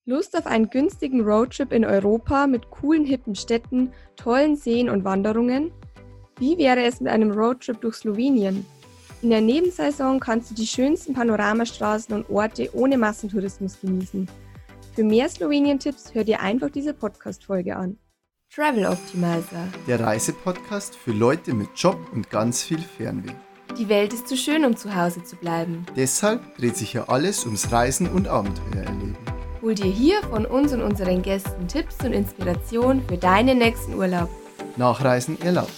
Lust auf einen günstigen Roadtrip in Europa mit coolen, hippen Städten, tollen Seen und Wanderungen? Wie wäre es mit einem Roadtrip durch Slowenien? In der Nebensaison kannst du die schönsten Panoramastraßen und Orte ohne Massentourismus genießen. Für mehr Slowenien-Tipps hör dir einfach diese Podcast-Folge an. Travel Optimizer. Der Reisepodcast für Leute mit Job und ganz viel Fernweh. Die Welt ist zu schön, um zu Hause zu bleiben. Deshalb dreht sich hier alles ums Reisen und Abenteuer erleben. Hol dir hier von uns und unseren Gästen Tipps und Inspiration für deinen nächsten Urlaub. Nachreisen erlaubt.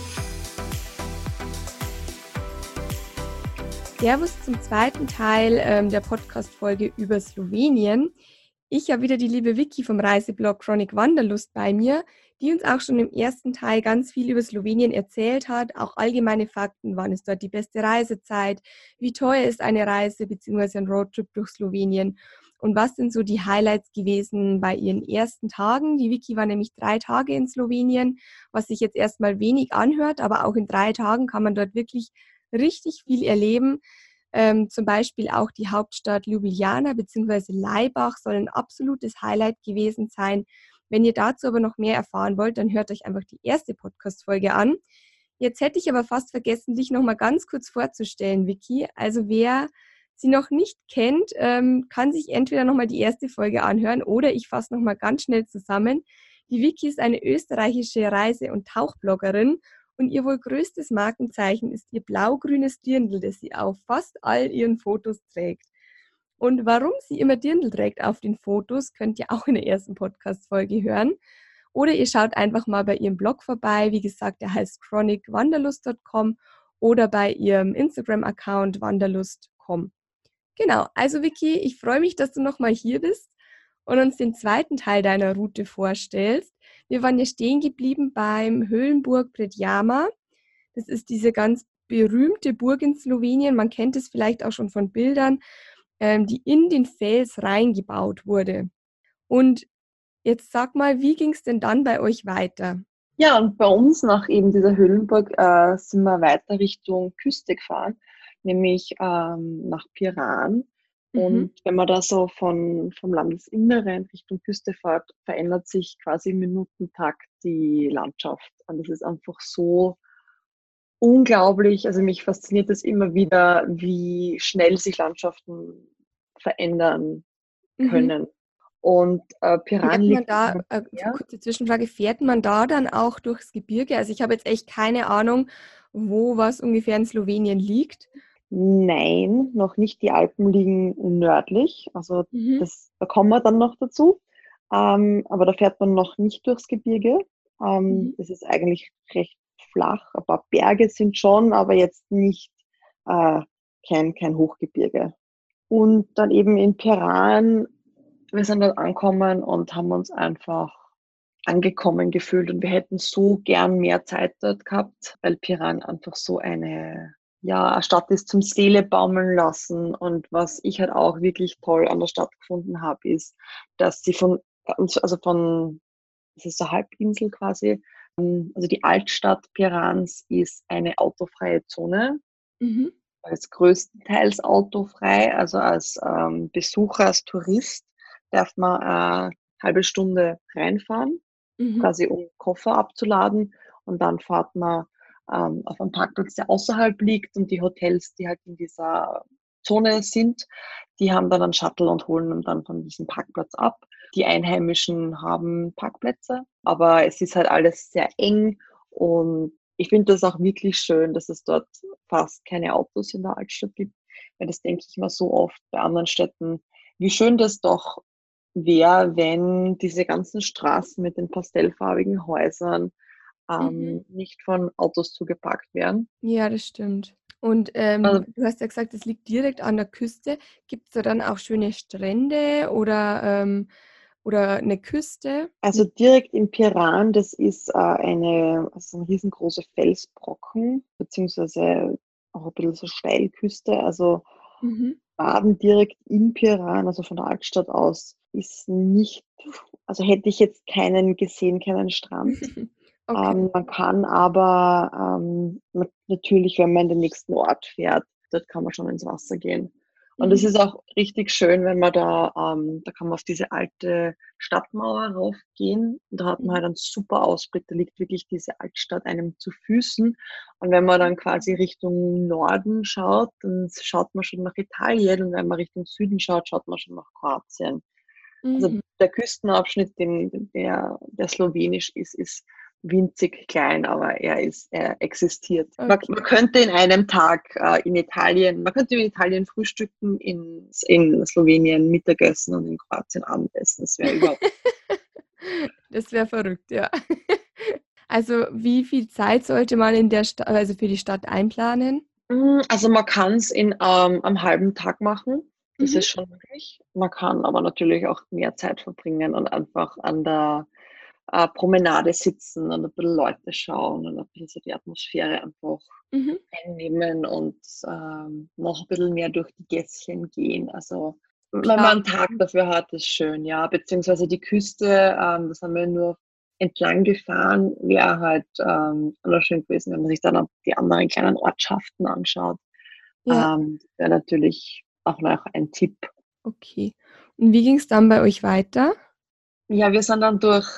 Servus zum zweiten Teil der Podcast-Folge über Slowenien. Ich habe wieder die liebe Vicky vom Reiseblog Chronic Wanderlust bei mir, die uns auch schon im ersten Teil ganz viel über Slowenien erzählt hat, auch allgemeine Fakten, wann ist dort die beste Reisezeit, wie teuer ist eine Reise bzw. ein Roadtrip durch Slowenien und was sind so die Highlights gewesen bei ihren ersten Tagen. Die Vicky war nämlich 3 Tage in Slowenien, was sich jetzt erstmal wenig anhört, aber auch in 3 Tagen kann man dort wirklich richtig viel erleben. Zum Beispiel auch die Hauptstadt Ljubljana bzw. Laibach soll ein absolutes Highlight gewesen sein. Wenn ihr dazu aber noch mehr erfahren wollt, dann hört euch einfach die erste Podcast-Folge an. Jetzt hätte ich aber fast vergessen, dich noch mal ganz kurz vorzustellen, Vicky. Also wer sie noch nicht kennt, kann sich entweder noch mal die erste Folge anhören oder ich fasse noch mal ganz schnell zusammen. Die Vicky ist eine österreichische Reise- und Tauchbloggerin und ihr wohl größtes Markenzeichen ist ihr blau-grünes Dirndl, das sie auf fast all ihren Fotos trägt. Und warum sie immer Dirndl trägt auf den Fotos, könnt ihr auch in der ersten Podcast-Folge hören. Oder ihr schaut einfach mal bei ihrem Blog vorbei. Wie gesagt, der heißt chronicwanderlust.com oder bei ihrem Instagram-Account wanderlust.com. Genau, also Vicky, ich freue mich, dass du nochmal hier bist und uns den zweiten Teil deiner Route vorstellst. Wir waren ja stehen geblieben beim Höhlenburg Predjama. Das ist diese ganz berühmte Burg in Slowenien. Man kennt es vielleicht auch schon von Bildern, die in den Fels reingebaut wurde. Und jetzt sag mal, wie ging es denn dann bei euch weiter? Ja, und bei uns nach eben dieser Höhlenburg sind wir weiter Richtung Küste gefahren, nämlich nach Piran. Und wenn man da so vom Landesinneren Richtung Küste fährt, verändert sich quasi im Minutentakt die Landschaft. Und das ist einfach so unglaublich. Also mich fasziniert es immer wieder, wie schnell sich Landschaften verändern Mhm. können. Und Piran Fährt man liegt da, am Meer. kurze Zwischenfrage, fährt man da dann auch durchs Gebirge? Also ich habe jetzt echt keine Ahnung, wo was ungefähr in Slowenien liegt. Nein, noch nicht. Die Alpen liegen nördlich. Also Mhm. da kommen wir dann noch dazu. Aber da fährt man noch nicht durchs Gebirge. Mhm. Es ist eigentlich recht flach. Ein paar Berge sind schon, aber jetzt nicht äh, kein Hochgebirge. Und dann eben in Piran, wir sind dort angekommen und haben uns einfach angekommen gefühlt und wir hätten so gern mehr Zeit dort gehabt, weil Piran einfach so eine Stadt ist zum Seele baumeln lassen. Und was ich halt auch wirklich toll an der Stadt gefunden habe, ist, dass sie das ist so eine Halbinsel quasi, also die Altstadt Pirans ist eine autofreie Zone, Mhm. als größtenteils autofrei, also als Besucher, als Tourist darf man eine halbe Stunde reinfahren, Mhm. quasi um Koffer abzuladen und dann fährt man auf einen Parkplatz, der außerhalb liegt und die Hotels, die halt in dieser Zone sind, die haben dann einen Shuttle und holen uns dann von diesem Parkplatz ab. Die Einheimischen haben Parkplätze, aber es ist halt alles sehr eng und ich finde das auch wirklich schön, dass es dort fast keine Autos in der Altstadt gibt, weil das denke ich mir so oft bei anderen Städten, wie schön das doch wäre, wenn diese ganzen Straßen mit den pastellfarbigen Häusern Mhm. nicht von Autos zugepackt wären. Ja, das stimmt. Und Also, du hast ja gesagt, es liegt direkt an der Küste. Gibt es da dann auch schöne Strände oder eine Küste? also direkt in Piran, das ist also ein riesengroßer Felsbrocken, beziehungsweise auch ein bisschen so Steilküste. Also Mhm. Baden direkt in Piran, also von der Altstadt aus, ist nicht, also hätte ich jetzt keinen gesehen, keinen Strand. Okay. Man kann aber natürlich, wenn man in den nächsten Ort fährt, dort kann man schon ins Wasser gehen. Und es Mhm. ist auch richtig schön, wenn man da kann man auf diese alte Stadtmauer raufgehen und da hat man Mhm. halt einen super Ausblick. Da liegt wirklich diese Altstadt einem zu Füßen. Und wenn man dann quasi Richtung Norden schaut, dann schaut man schon nach Italien und wenn man Richtung Süden schaut, schaut man schon nach Kroatien. Also Mhm. der Küstenabschnitt, der slowenisch ist winzig klein, aber er existiert. Man Okay. könnte in einem Tag man könnte in Italien frühstücken, in Slowenien Mittagessen und in Kroatien Abendessen. Das wäre überhaupt. Das wäre verrückt, ja. Also, wie viel Zeit sollte man in der also für die Stadt einplanen? Also man kann es in am halben Tag machen. Das Mhm. ist schon möglich. Man kann aber natürlich auch mehr Zeit verbringen und einfach an der Promenade sitzen und ein bisschen Leute schauen und ein bisschen so die Atmosphäre einfach Mhm. einnehmen und noch ein bisschen mehr durch die Gässchen gehen. Also wenn man einen Tag Plaudern. dafür hat, ist schön, ja. Beziehungsweise die Küste, das haben wir nur entlang gefahren, wäre halt wunderschön gewesen, wenn man sich dann auch die anderen kleinen Ortschaften anschaut. Ja, Wäre natürlich auch noch ein Tipp. okay. Und wie ging's dann bei euch weiter? Ja, wir sind dann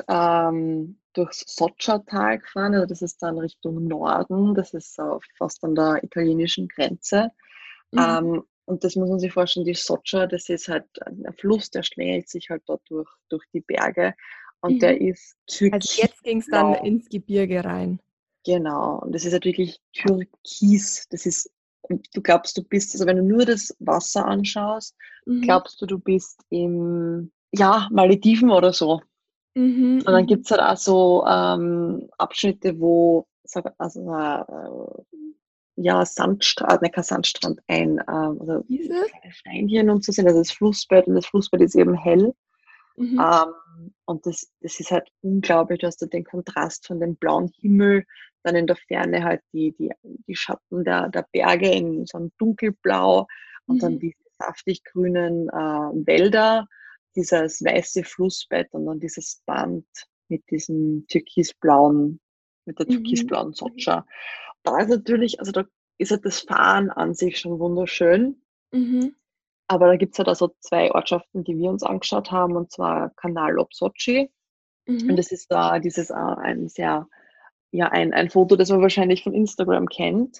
durchs Sotschertal gefahren, also das ist dann Richtung Norden, das ist fast an der italienischen Grenze. Mhm. Und das muss man sich vorstellen, die Sotscher, das ist halt ein Fluss, der schlängelt sich halt dort durch die Berge und der Mhm. ist Also, jetzt ging's dann türkisblau. ins Gebirge rein? Genau. Und das ist halt wirklich türkis. Das ist, und du glaubst, du bist, also wenn du nur das Wasser anschaust, Mhm. glaubst du, du bist im, ja, Malediven oder so. Mhm, Und dann mhm. gibt es halt auch so Abschnitte, wo, also, ja, Sandstrand, ne, kein Sandstrand, also Diese? kleine Steinchen und so sind, also das Flussbett und das Flussbett ist eben hell. Mhm. Und das ist halt unglaublich, du hast da den Kontrast von dem blauen Himmel, dann in der Ferne halt die Schatten der Berge in so einem dunkelblau und dann Mhm. diese saftig grünen Wälder, dieses weiße Flussbett und dann dieses Band mit diesem mit der Mhm. türkisblauen Mhm. Sotscha. Da ist natürlich, also da ist halt das Fahren an sich schon wunderschön. Mhm. Aber da gibt's halt also 2 Ortschaften, die wir uns angeschaut haben, und zwar Canal Opsochi. Und Mhm. das ist da ein sehr, ja, ein Foto, das man wahrscheinlich von Instagram kennt,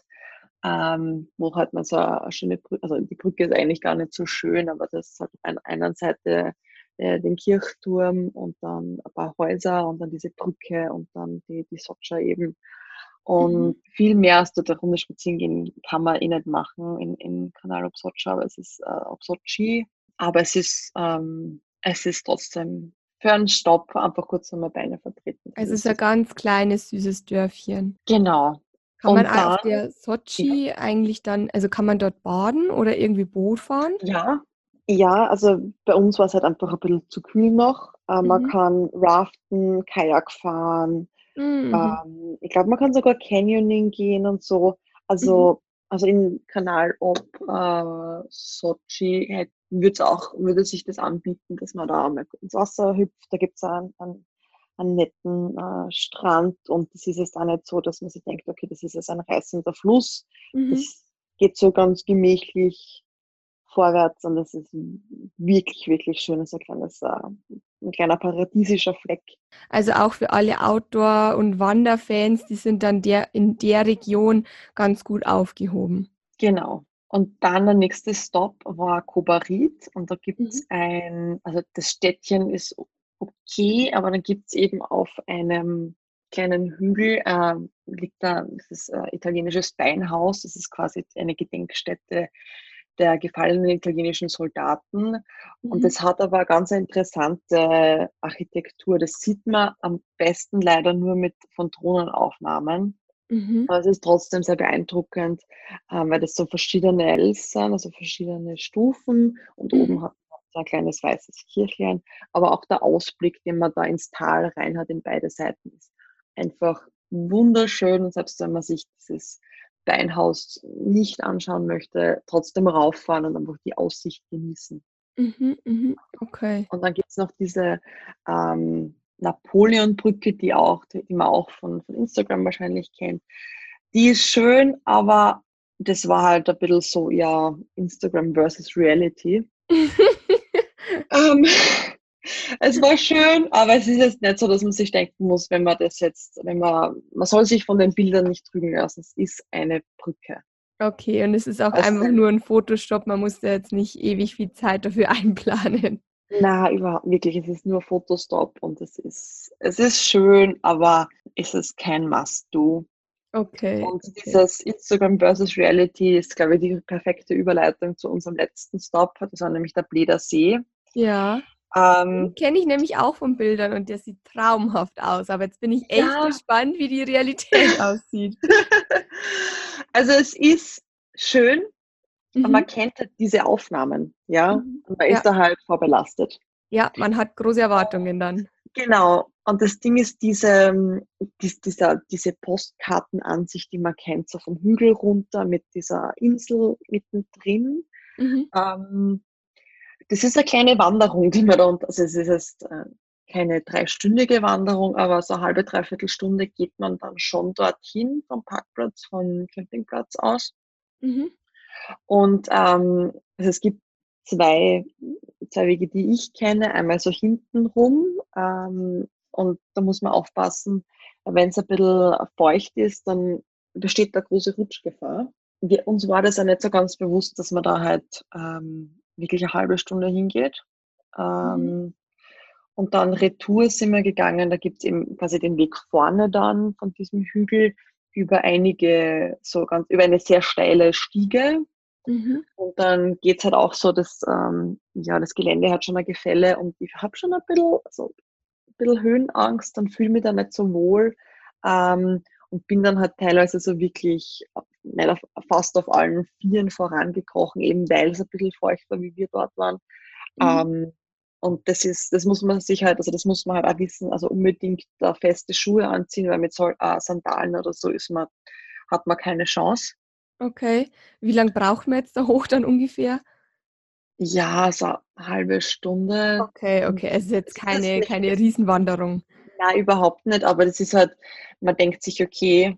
wo halt man so eine schöne Brücke, also die Brücke ist eigentlich gar nicht so schön, aber das ist halt auf einer Seite den Kirchturm und dann ein paar Häuser und dann diese Brücke und dann die Sotscha eben. Mhm. Und viel mehr als dort eine Runde spazieren gehen kann man eh nicht machen in Canal Opsocha, aber es ist Opsochi. Aber es ist trotzdem für einen Stopp einfach kurz einmal Beine vertreten. Das Also, es ist ist ein so. ganz kleines, süßes Dörfchen. Genau. Kann man Und a auf dann, der ja, Sotschi eigentlich dann, also, kann man dort baden oder irgendwie Boot fahren? ja, ja, also bei uns war es halt einfach ein bisschen zu kühl noch. Man Mhm. kann Raften, Kajak fahren. Mhm. Ich glaube, man kann sogar Canyoning gehen und so. Mhm. Also in Kanal ob Sochi würde sich das anbieten, dass man da mal ins Wasser hüpft. Da gibt es einen netten Strand und das ist jetzt auch nicht so, dass man sich denkt, okay, das ist jetzt ein reißender Fluss. Mhm. Das geht so ganz gemächlich vorwärts und das ist wirklich, wirklich schön. Das ist ein kleiner paradiesischer Fleck. Also, auch für alle Outdoor und Wanderfans, die sind dann in der Region ganz gut aufgehoben. Genau. Und dann der nächste Stop war Kobarid und da Mhm. gibt's also das Städtchen ist okay, aber dann gibt's eben auf einem kleinen Hügel, liegt da dieses italienisches Beinhaus. Das ist quasi eine Gedenkstätte der gefallenen italienischen Soldaten. Und Mhm. das hat aber eine ganz interessante Architektur. Das sieht man am besten leider nur von Drohnenaufnahmen. Mhm. Aber es ist trotzdem sehr beeindruckend, weil das so verschiedene Ls sind, also verschiedene Stufen und Mhm. oben hat man so ein kleines weißes Kirchlein. Aber auch der Ausblick, den man da ins Tal rein hat, in beide Seiten, ist einfach wunderschön. Und selbst wenn man sich dieses Beinhaus nicht anschauen möchte, trotzdem rauffahren und einfach die Aussicht genießen. Mhm. Mhm. Okay. Und dann gibt's noch diese Napoleonbrücke, die man auch von Instagram wahrscheinlich kennt. Die ist schön, aber das war halt ein bisschen so, ja, Instagram versus Reality. Ähm, Es war schön, aber es ist jetzt nicht so, dass man sich denken muss, wenn man das jetzt, man soll sich von den Bildern nicht trügen lassen. Es ist eine Brücke. Okay, und es ist auch Also, einfach nur ein Fotostopp, man muss da jetzt nicht ewig viel Zeit dafür einplanen. na, überhaupt wirklich, es ist nur Fotostop und es ist schön, aber es ist kein Must-Do. Okay, Und okay. dieses Instagram versus Reality ist, glaube ich, die perfekte Überleitung zu unserem letzten Stop. Das war nämlich der Bleder See. Ja, den Ähm, kenne ich nämlich auch von Bildern und der sieht traumhaft aus, aber jetzt bin ich echt ja, gespannt, wie die Realität aussieht. also es ist schön, aber Mhm. man kennt halt diese Aufnahmen, ja, Mhm. und man Ja, ist da halt vorbelastet. ja, man hat große Erwartungen dann. Genau. Und das Ding ist, diese Postkartenansicht, die man kennt, so vom Hügel runter mit dieser Insel mittendrin. Mhm. Ähm, Das ist eine kleine Wanderung, die man da, also es ist jetzt keine dreistündige Wanderung, aber so eine halbe, dreiviertel Stunde geht man dann schon dorthin vom Parkplatz, vom Campingplatz aus. Mhm. Und also es gibt zwei, zwei Wege, die ich kenne. Einmal so hinten rum und da muss man aufpassen, wenn es ein bisschen feucht ist, dann besteht da große Rutschgefahr. Uns war das ja nicht so ganz bewusst, dass man da halt wirklich eine halbe Stunde hingeht. Mhm. Ähm, und dann Retour sind wir gegangen, da gibt es eben quasi den Weg vorne dann von diesem Hügel über eine sehr steile Stiege. Mhm. Und dann geht es halt auch so, das Gelände hat schon ein Gefälle und ich habe schon ein bisschen Höhenangst und fühle mich da nicht so wohl. Und bin dann halt teilweise so wirklich nicht fast auf allen Vieren vorangekrochen, eben weil es ein bisschen feucht war, wie wir dort waren. Mhm. Ähm, und das muss man sich halt, also das muss man halt auch wissen, also unbedingt da feste Schuhe anziehen, weil mit Sandalen oder so hat man keine Chance. Okay. Wie lang braucht man jetzt da hoch dann ungefähr? Ja, so eine halbe Stunde. Okay, Und okay. Es ist jetzt es ist jetzt nicht, keine Riesenwanderung. nein, überhaupt nicht, aber das ist halt, man denkt sich, okay,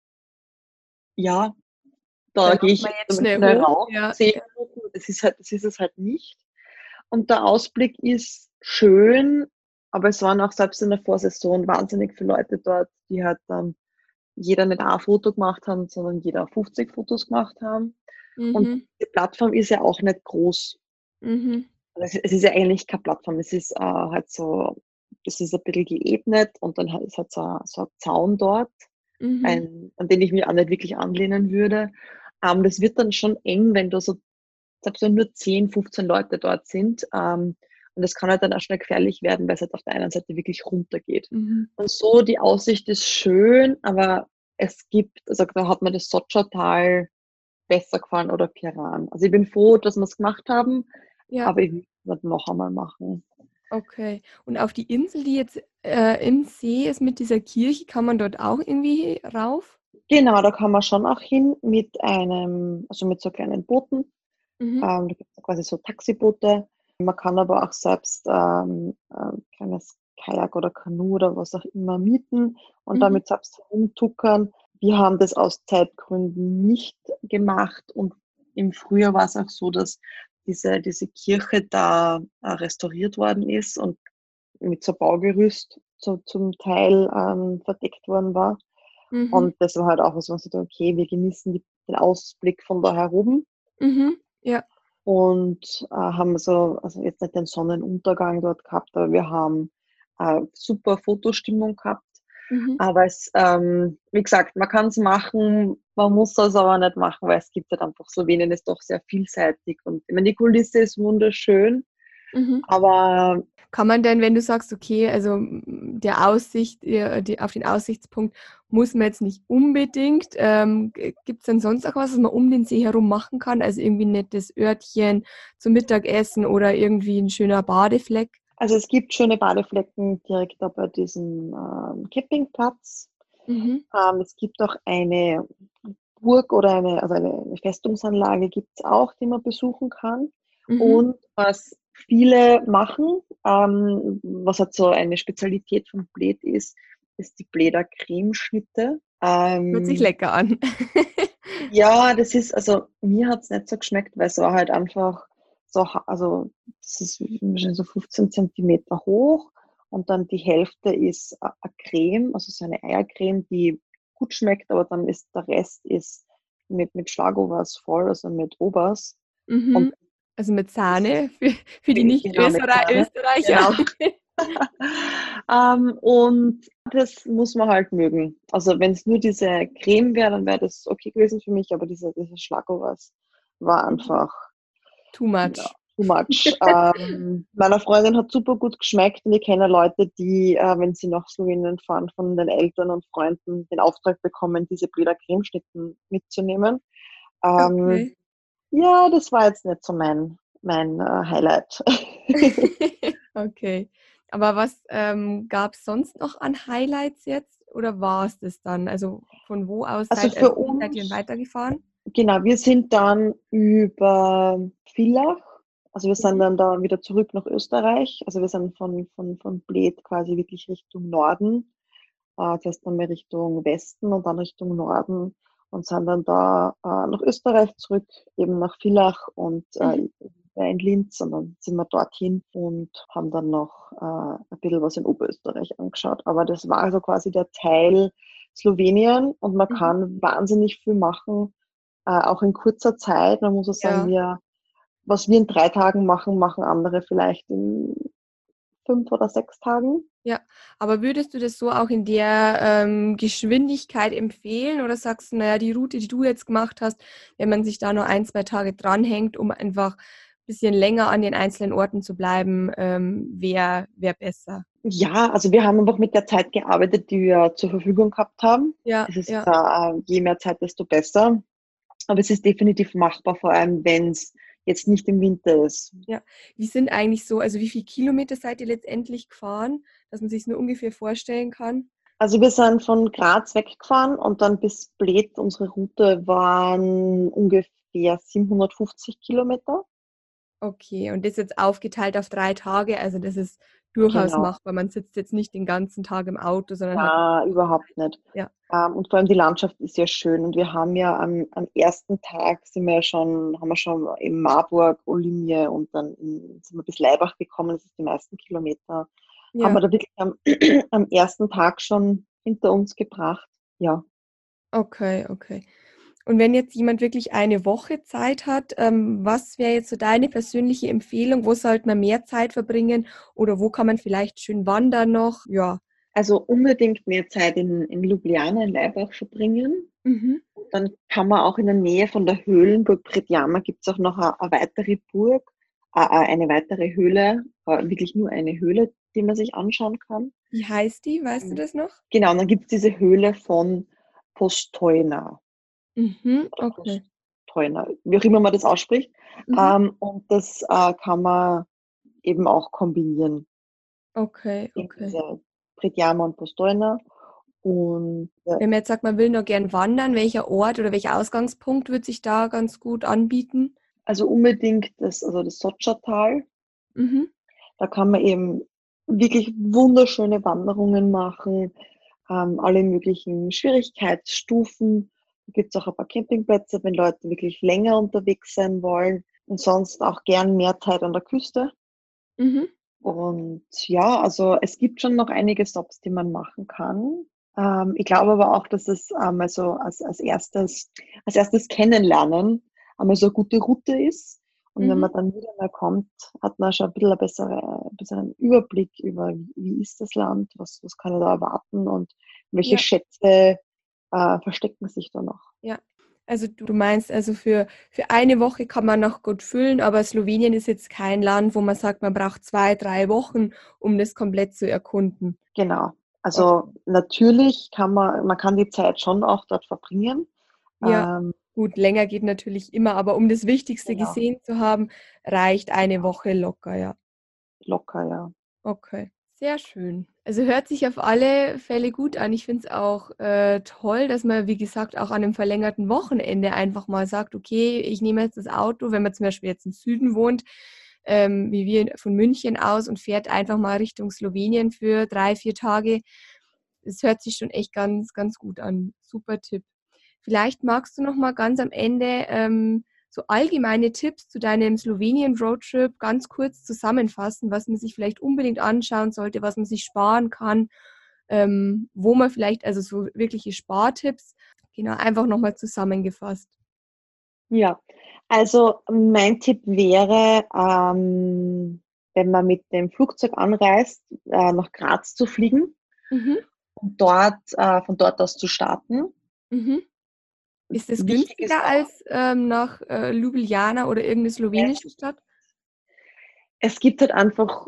ja, Da da gehe läuft ich man jetzt jetzt einmal schnell schnell hoch. rauf, Ja, 10 Minuten, das ist es halt nicht. Und der Ausblick ist schön, aber es waren auch selbst in der Vorsaison wahnsinnig viele Leute dort, die halt dann jeder nicht ein Foto gemacht haben, sondern jeder 50 Fotos gemacht haben. Und mhm, die Plattform ist ja auch nicht groß. mhm, Es ist ja eigentlich keine Plattform, es ist halt so, es ist ein bisschen geebnet und dann ist halt so ein Zaun dort, mhm, an den ich mich auch nicht wirklich anlehnen würde. Das wird dann schon eng, wenn du so, selbst wenn nur 10, 15 Leute dort sind. Und das kann halt dann auch schnell gefährlich werden, weil es halt auf der einen Seite wirklich runtergeht. mhm. Und so, die Aussicht ist schön, aber also da hat mir das Sotschertal besser gefallen oder Piran. Also ich bin froh, dass wir es gemacht haben, Ja, aber ich will es nicht noch einmal machen. okay. Und auf die Insel, die jetzt im See ist mit dieser Kirche, kann man dort auch irgendwie rauf? Genau, da kann man schon auch hin also mit so kleinen Booten. Mhm, Da gibt es quasi so Taxiboote. Man kann aber auch selbst kleines Kajak oder Kanu oder was auch immer mieten und mhm, damit selbst herumtuckern. Wir haben das aus Zeitgründen nicht gemacht und im Frühjahr war es auch so, dass diese Kirche da restauriert worden ist und mit so Baugerüst zum Teil verdeckt worden war. mhm, Und das war halt auch was, wo man sagt, okay, wir genießen den Ausblick von da heroben mhm. Ja. und haben so, also jetzt nicht den Sonnenuntergang dort gehabt, aber wir haben super Fotostimmung gehabt. Mhm. Aber wie gesagt, man kann es machen, man muss das aber nicht machen, weil es gibt halt einfach Slowenien ist doch sehr vielseitig und ich meine, die Kulisse ist wunderschön, Mhm. aber Kann man denn, wenn du sagst, okay, also auf den Aussichtspunkt muss man jetzt nicht unbedingt, gibt es denn sonst auch was, was man um den See herum machen kann? Also irgendwie ein nettes Örtchen zum Mittagessen oder irgendwie ein schöner Badefleck? also es gibt schöne Badeflecken direkt da bei diesem Campingplatz. Mhm. Es gibt auch eine Burg oder also eine Festungsanlage gibt es auch, die man besuchen kann. Mhm. Und was viele machen, was halt so eine Spezialität von Bled ist, ist die Bleder Cremeschnitte. Hört sich lecker an. Ja, das ist, also mir hat es nicht so geschmeckt, weil es war halt einfach so, also das ist wahrscheinlich so 15 Zentimeter hoch und dann die Hälfte ist eine Creme, also so eine Eiercreme, die gut schmeckt, aber dann ist der Rest ist mit Schlagobers voll, also mit Obers. Und Mhm. Also mit das, Sahne für die genau, mit Sahne. Nicht-Österreicher. Genau. Und das muss man halt mögen. Also wenn es nur diese Creme wäre, dann wäre das okay gewesen für mich, aber diese Schlagobers war einfach Too ja, much. too much. Meiner Freundin hat super gut geschmeckt und ich kenne Leute, die, wenn sie nach Slowenien fahren, von den Eltern und Freunden den Auftrag bekommen, diese Brüder Cremeschnitten mitzunehmen. Ähm, Okay. ja, das war jetzt nicht so mein Highlight. Okay. Aber was gab es sonst noch an Highlights jetzt? Oder war es das dann? Also von wo aus Also also für wie seid ihr denn uns, weitergefahren? genau, wir sind dann über Villach, also wir sind Mhm. dann da wieder zurück nach Österreich. Also wir sind von Bled quasi wirklich Richtung Norden, zuerst einmal Richtung Westen und dann Richtung Norden und sind dann da nach Österreich zurück, eben nach Villach und Mhm. in Linz und dann sind wir dorthin und haben dann noch ein bisschen was in Oberösterreich angeschaut. Aber das war also quasi der Teil Slowenien und man Mhm. kann wahnsinnig viel machen, auch in kurzer Zeit. Man muss auch sagen, Ja. was wir in 3 Tagen machen, machen andere vielleicht in 5 oder 6 Tagen. Ja, aber würdest du das so auch in der Geschwindigkeit empfehlen oder sagst du, naja, die Route, die du jetzt gemacht hast, wenn man sich da nur ein, zwei Tage dranhängt, um einfach ein bisschen länger an den einzelnen Orten zu bleiben, wäre besser? Ja, also wir haben einfach mit der Zeit gearbeitet, die wir zur Verfügung gehabt haben. Ja, Es ist ja, je mehr Zeit, desto besser. Aber es ist definitiv machbar, vor allem wenn es jetzt nicht im Winter ist. ja. Wie sind eigentlich so, also wie viele Kilometer seid ihr letztendlich gefahren, dass man sich nur ungefähr vorstellen kann? Also wir sind von Graz weggefahren und dann bis Bled. Unsere Route waren ungefähr 750 Kilometer. Okay, und das jetzt aufgeteilt auf 3 Tage, also das ist durchaus Genau. machbar. Man sitzt jetzt nicht den ganzen Tag im Auto, sondern hat, Ja, überhaupt nicht. ja, Und vor allem die Landschaft ist ja schön. Und wir haben ja am ersten Tag haben wir schon in Marburg, Olimie und dann sind wir bis Laibach gekommen, das ist die meisten Kilometer. Haben wir ja. da wirklich am ersten Tag schon hinter uns gebracht. Ja. Okay, okay. Und wenn jetzt jemand wirklich eine Woche Zeit hat, was wäre jetzt so deine persönliche Empfehlung? Wo sollte man mehr Zeit verbringen oder wo kann man vielleicht schön wandern noch? Ja. Also unbedingt mehr Zeit in Ljubljana, in Laibach verbringen. Mhm. Dann kann man auch in der Nähe von der Höhlenburg Predjama gibt es auch noch eine weitere Burg, eine weitere Höhle, wirklich nur eine Höhle, die man sich anschauen kann. Wie heißt die? Weißt du Ähm, das noch? Genau, und dann gibt es diese Höhle von Postojna Mhm. oder Okay. Postojna, wie auch immer man das ausspricht. Mhm. Und das kann man eben auch kombinieren, Okay, in okay. diese Predjama und Postojna. Und Wenn man jetzt sagt, man will noch gern wandern, welcher Ort oder welcher Ausgangspunkt wird sich da ganz gut anbieten? also unbedingt das Sotschertal. Mhm. Da kann man eben wirklich wunderschöne Wanderungen machen, alle möglichen Schwierigkeitsstufen. Da gibt es auch ein paar Campingplätze, wenn Leute wirklich länger unterwegs sein wollen und sonst auch gern mehr Zeit an der Küste. Mhm. Und ja, also es gibt schon noch einige Stops, die man machen kann. Ich glaube aber auch, dass es einmal so als erstes Kennenlernen einmal so eine gute Route ist. Und wenn Mhm. man dann wieder mal kommt, hat man schon ein bisschen besseren Überblick über, wie ist das Land, was kann ich da erwarten und welche Ja. Schätze verstecken sich da noch. Ja, also du meinst also für eine Woche kann man noch gut füllen, aber Slowenien ist jetzt kein Land, wo man sagt, man braucht 2, 3 Wochen, um das komplett zu erkunden. Genau. Also Okay. natürlich man kann die Zeit schon auch dort verbringen. Ja, Ähm, gut, länger geht natürlich immer, aber um das Wichtigste genau. gesehen zu haben, reicht eine Woche locker, ja. Locker, ja. Okay, sehr schön. Also hört sich auf alle Fälle gut an. Ich finde es auch toll, dass man, wie gesagt, auch an einem verlängerten Wochenende einfach mal sagt, okay, ich nehme jetzt das Auto, wenn man zum Beispiel jetzt im Süden wohnt, wie wir von München aus und fährt einfach mal Richtung Slowenien für 3, 4 Tage. Es hört sich schon echt ganz, ganz gut an. Super Tipp. Vielleicht magst du noch mal ganz am Ende so allgemeine Tipps zu deinem Slowenien-Roadtrip ganz kurz zusammenfassen, was man sich vielleicht unbedingt anschauen sollte, was man sich sparen kann, wo man vielleicht, also so wirkliche Spartipps, genau, einfach noch mal zusammengefasst. Ja, also mein Tipp wäre, wenn man mit dem Flugzeug anreist, nach Graz zu fliegen Mhm. und von dort aus zu starten. Mhm. Ist es Wichtig ist günstiger auch, als nach Ljubljana oder irgendeine slowenische Stadt? es gibt halt einfach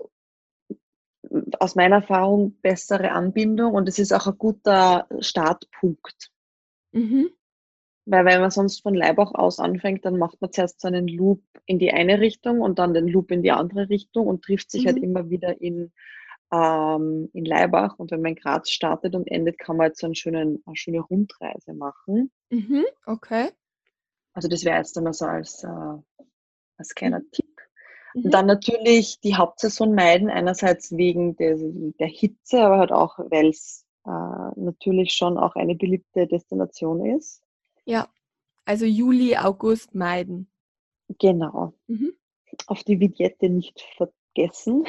aus meiner Erfahrung bessere Anbindung und es ist auch ein guter Startpunkt. Mhm. Weil wenn man sonst von Laibach aus anfängt, dann macht man zuerst so einen Loop in die eine Richtung und dann den Loop in die andere Richtung und trifft sich halt Mhm. immer wieder in Laibach. Und wenn man in Graz startet und endet, kann man jetzt so eine schöne Rundreise machen. Mhm. Okay. Also das wäre jetzt einmal so als kleiner Mhm. Tipp. Und Mhm. dann natürlich die Hauptsaison meiden, einerseits wegen der Hitze, aber halt auch, weil es natürlich schon auch eine beliebte Destination ist. Ja, also Juli, August meiden. Genau. Mhm. Auf die Vignette nicht vergessen.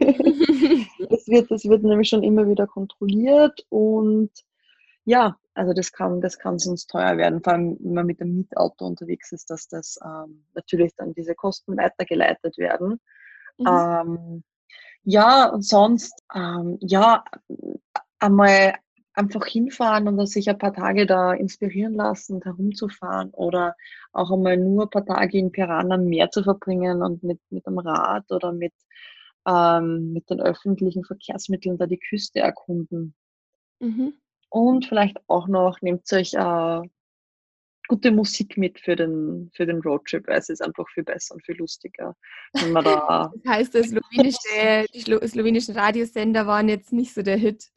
Das wird nämlich schon immer wieder kontrolliert und ja, also das kann sonst teuer werden, vor allem wenn man mit dem Mietauto unterwegs ist, dass das natürlich dann diese Kosten weitergeleitet werden. Mhm. Ähm, ja, und sonst, ja, einmal einfach hinfahren und sich ein paar Tage da inspirieren lassen und herumzufahren oder auch einmal nur ein paar Tage in Tirana am Meer zu verbringen und mit dem Rad oder mit den öffentlichen Verkehrsmitteln da die Küste erkunden. Mhm. Und vielleicht auch noch, nehmt euch gute Musik mit für den Roadtrip, weil es ist einfach viel besser und viel lustiger, wenn man da Das heißt, die slowenischen Radiosender waren jetzt nicht so der Hit.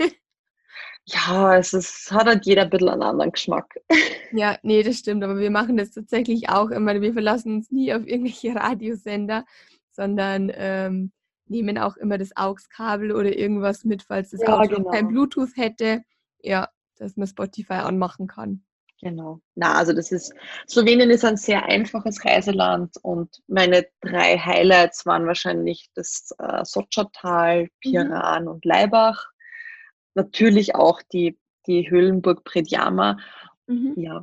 ja, hat halt jeder ein bisschen einen anderen Geschmack. Ja, nee, das stimmt, aber wir machen das tatsächlich auch immer. Wir verlassen uns nie auf irgendwelche Radiosender, sondern nehmen auch immer das AUX-Kabel oder irgendwas mit, falls das Ja, Auto noch kein genau. Bluetooth hätte. Ja, dass man Spotify anmachen kann. Genau. Na, also Slowenien ist ein sehr einfaches Reiseland und meine 3 Highlights waren wahrscheinlich das Sotschertal, Mhm. Piran und Laibach. Natürlich auch die Höhlenburg Predjama. Mhm. Ja,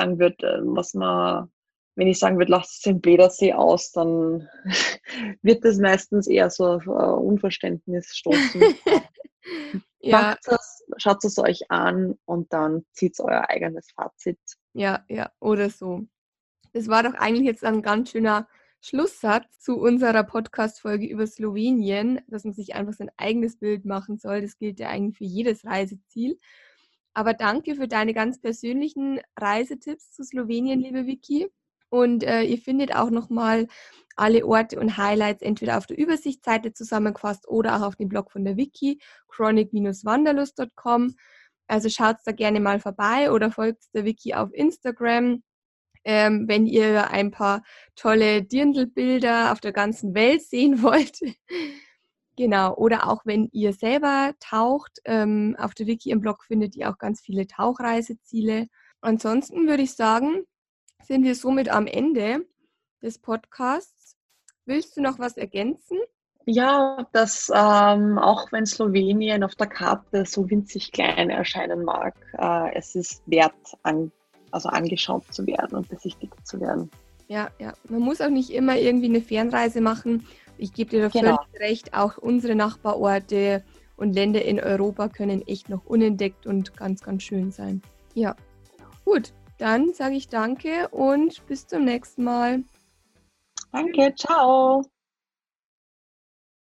wenn ich sagen würde, lasst es den Pledersee aus, dann wird das meistens eher so auf Unverständnis stoßen. Ja, Schaut es euch an und dann zieht euer eigenes Fazit. ja, ja, oder so. Das war doch eigentlich jetzt ein ganz schöner Schlusssatz zu unserer Podcast-Folge über Slowenien, dass man sich einfach sein eigenes Bild machen soll. Das gilt ja eigentlich für jedes Reiseziel. Aber danke für deine ganz persönlichen Reisetipps zu Slowenien, liebe Vicky. Und ihr findet auch nochmal alle Orte und Highlights entweder auf der Übersichtsseite zusammengefasst oder auch auf dem Blog von der Vicky, chronic-wanderlust.com. Also schaut da gerne mal vorbei oder folgt der Vicky auf Instagram. Wenn ihr ein paar tolle Dirndlbilder auf der ganzen Welt sehen wollt. Genau, oder auch wenn ihr selber taucht, auf der Wiki im Blog findet ihr auch ganz viele Tauchreiseziele. Ansonsten würde ich sagen, sind wir somit am Ende des Podcasts. Willst du noch was ergänzen? Ja, dass auch wenn Slowenien auf der Karte so winzig klein erscheinen mag, es ist wert, angeschaut zu werden und besichtigt zu werden. Ja, ja. Man muss auch nicht immer irgendwie eine Fernreise machen. Ich gebe dir da völlig Genau. recht. Auch unsere Nachbarorte und Länder in Europa können echt noch unentdeckt und ganz, ganz schön sein. Ja, gut. Dann sage ich danke und bis zum nächsten Mal. Danke, ciao.